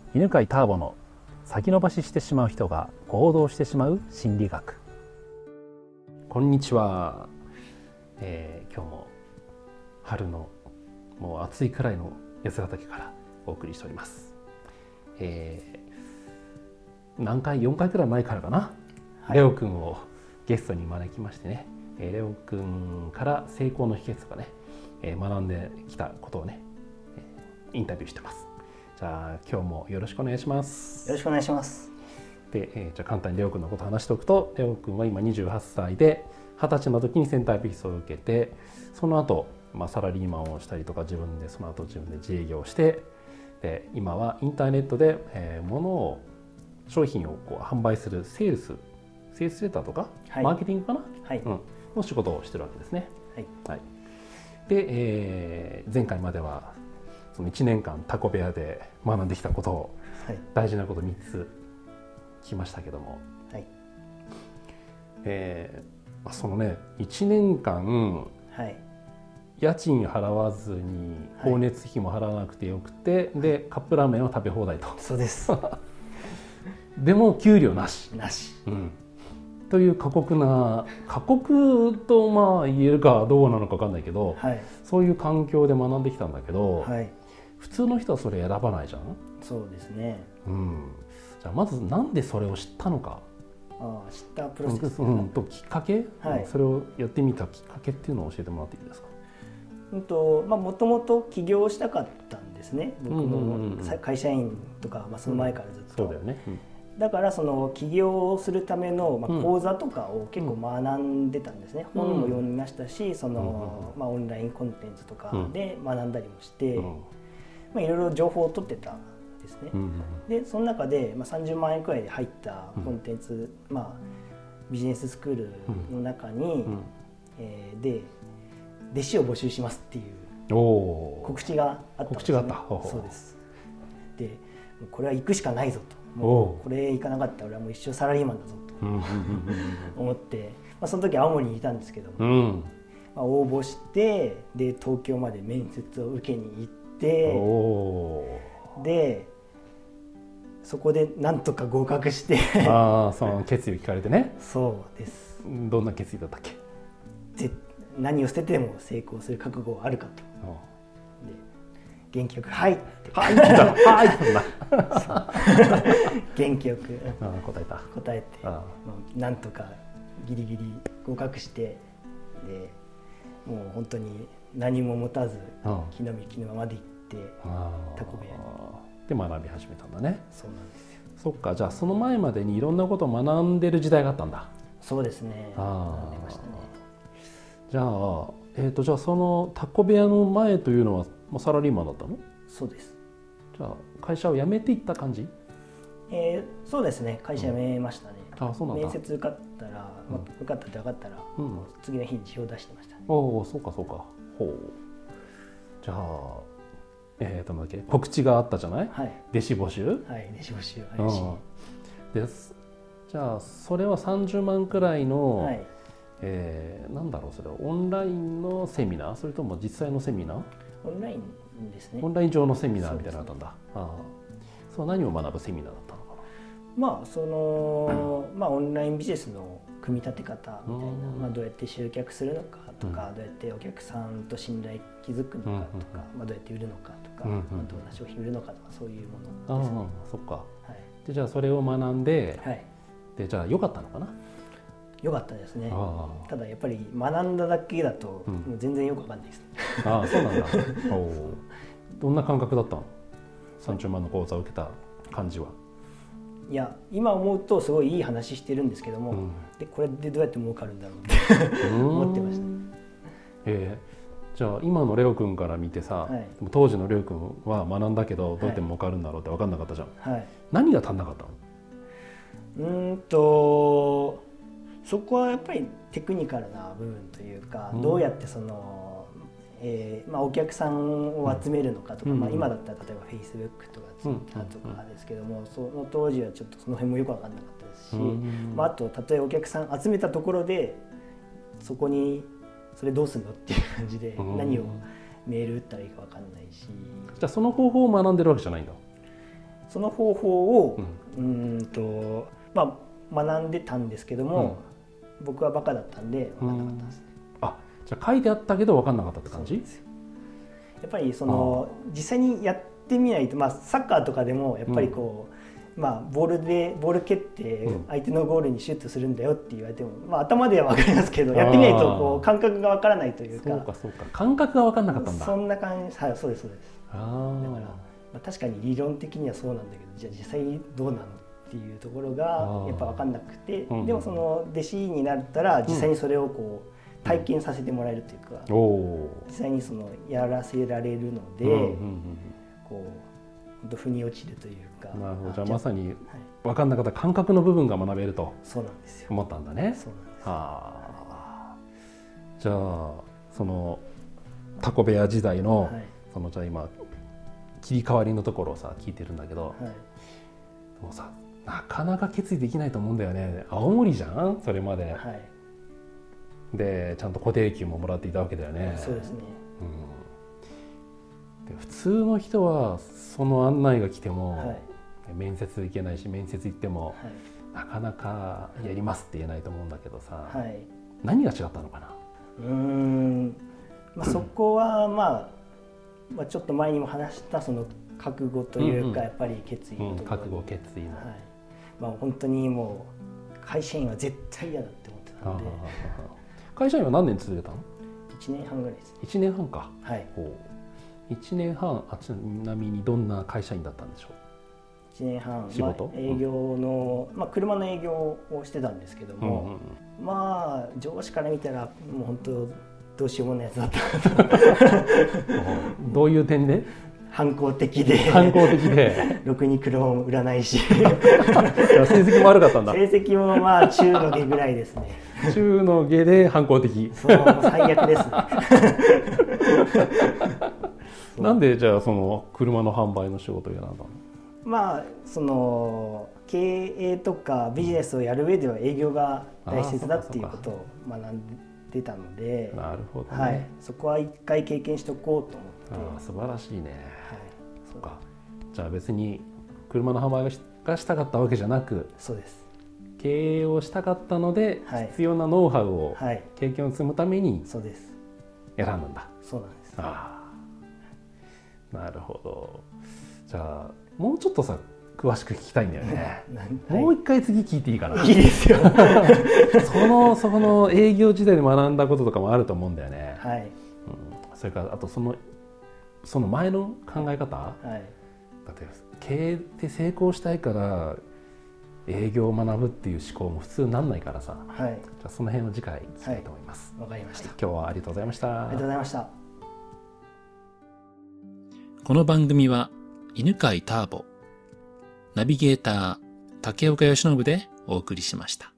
犬飼ターボの先延ばししてしまう人が行動してしまう心理学。こんにちは、今日も春のもう暑いくらいの八ヶ岳からお送りしております。4回くらい前からかな、レオくんをゲストに招きましてね、レオくんから成功の秘訣とかね、学んできたことをね、インタビューしてます。じゃあ今日もよろしくお願いします。 よろしくお願いします。 で、じゃあ簡単にレオくんのことを話しておくと、レオくんは今28歳で20歳の時にセンターピースを受けて、その後、サラリーマンをしたりとか自分で自営業をして、で今はインターネットで、商品を販売するセールスレターとか、マーケティングかな、の仕事をしてるわけですね。で、前回まではその1年間タコ部屋で学んできたことを、大事なこと3つ聞きましたけども、そのね1年間、家賃払わずに光熱費も払わなくてよくて、でカップラーメンを食べ放題と。 そうですでも給料なし、という過酷と言えるかどうなのか分かんないけど、そういう環境で学んできたんだけど、普通の人はそれ選ばないじゃん。 そうですね、 じゃあまずなんでそれを知ったのか、 知ったプロセスときっかけ、それをやってみたきっかけっていうのを教えてもらっていいですか。 もともと起業したかったんですね、僕も会社員とか、その前からずっと。 そうだよね。 だからその起業をするための講座とかを結構学んでたんですね。本も読みましたし、そのオンラインコンテンツとかで学んだりもして、いろいろ情報を取ってたんですね。でその中で30万円くらいで入ったコンテンツ、ビジネススクールの中に、で弟子を募集しますっていう告知があったんですね。そうです。でこれは行くしかないぞと。もうこれ行かなかったら俺はもう一生サラリーマンだぞと思って、その時青森にいたんですけども、応募して、で東京まで面接を受けに行って、でそこでなんとか合格してその決意を聞かれてね。 そうです。 どんな決意だったっけ。 何を捨てても成功する覚悟はあるかと。元気よく「はい」って元気よく答えて、なんとかギリギリ合格して、でもう本当に何も持たず気の身気のままで行ってタコ部屋にで学び始めたんだね。 そうなんですよ。 そっか。じゃあその前までにいろんなことを学んでる時代があったんだ。 そうですね、学んでましたね。 じゃあそのタコ部屋の前というのはサラリーマンだったの？ そうです。 じゃあ会社を辞めていった感じ？ そうですね、会社辞めましたね。 そうなんだ。 面接受かったら、受かったって分かったら、次の日に辞表出してましたね。 そうか。ほう。じゃあなんだっけ、告知があったじゃない？弟子募集？ 弟子募集怪しいです。じゃあそれは30万くらいの、なんだろう、それはオンラインのセミナー、それとも実際のセミナー？ オンラインですね。 オンライン上のセミナーみたいなのだったんだ。そう、何を学ぶセミナーだったのかな。オンラインビジネスの組み立て方みたいな、どうやって集客するのかとか、どうやってお客さんと信頼築くのかとか、どうやって売るのかとか、どんな商品売るのかとか、そういうものですね。 そっか。でじゃあそれを学んで、でじゃあ良かったのかな？ 良かったですね。ただやっぱり学んだだけだともう全然よく分かんないですね。 そうなんだ。どんな感覚だったの？30万の講座を受けた感じは。 いや、今思うとすごいいい話してるんですけども、でこれでどうやって儲かるんだろうって思ってました。 じゃあ今のレオ君から見てさ、当時のレオ君は学んだけどどうやって儲かるんだろうって分かんなかったじゃん。何が足んなかったの？ そこはやっぱりテクニカルな部分というか、どうやってそのお客さんを集めるのかとか、今だったら例えば Facebook とか Twitter とかですけども、その当時はちょっとその辺もよく分かんなかったですし、あと例えばお客さん集めたところでそこにそれどうするのっていう感じで何をメール打ったらいいか分かんないし。 じゃあその方法を学んでるわけじゃないんだ。 その方法を、学んでたんですけども、僕はバカだったんで分かんなかったんですね。 じゃあ書いてあったけど分かんなかったって感じ？ やっぱり実際にやってみないと、サッカーとかでもやっぱりこう、ボール蹴って相手のゴールにシュートするんだよって言われても、頭では分かりますけど、やってみないとこう感覚が分からないというか。 そうか感覚が分かんなかったんだ。 そんな感じ。はい、そうです。だから確かに理論的にはそうなんだけど、じゃあ実際にどうなのっていうところがやっぱ分かんなくて、でもその弟子になったら実際にそれをこう体験させてもらえるというか、実際にやらせられるので、こう本当腑に落ちるというか。 なるほど。じゃあまさに分かんなかった感覚の部分が学べると思ったんだね。 そうなんです。 じゃあそのタコ部屋時代の、じゃあ今切り替わりのところをさ聞いてるんだけど、もうさなかなか決意できないと思うんだよね。青森じゃんそれまで。でちゃんと固定給ももらっていたわけだよね。 そうですね。 で普通の人はその案内が来ても、面接行けないし、面接行っても、なかなかやりますって言えないと思うんだけどさ、何が違ったのかな？ そこはちょっと前にも話したその覚悟というか、やっぱり決意のところ、 覚悟決意の、 本当にもう会社員は絶対嫌だって思ってたんで。 会社員は何年続けたの ？1年半ぐらいです。 1年半か。1年半。ちなみにどんな会社員だったんでしょう？ 1年半仕事、 営業の、車の営業をしてたんですけども、上司から見たらもう本当どうしようもないやつだったどういう点で？ 反抗的でろくに苦労も売らないし成績も悪かったんだ。 成績も中の下ぐらいですね。 中の下で反抗的。 そう最悪ですね。 なんでじゃあその車の販売の仕事を選んだの？ その経営とかビジネスをやる上では営業が大切だっていうことを学んでたので、 なるほどね。 そこは一回経験しておこうと思って。 素晴らしいね。そうか。じゃあ別に車の販売がしたかったわけじゃなく、 そうです。 経営をしたかったので、必要なノウハウを、経験を積むために選んだんだ。 そうなんです。 なるほど。じゃあもうちょっとさ詳しく聞きたいんだよね。もう一回次聞いていいかな？ いいですよ。 そこの営業時代で学んだこととかもあると思うんだよね。それからあとその前の考え方、だって経営で成功したいから営業を学ぶっていう思考も普通になんないからさ、じゃあその辺を次回聞きたいと思います。 わかりました。 今日はありがとうございました。 ありがとうございました。 この番組は犬飼ターボ、ナビゲーター竹岡由伸でお送りしました。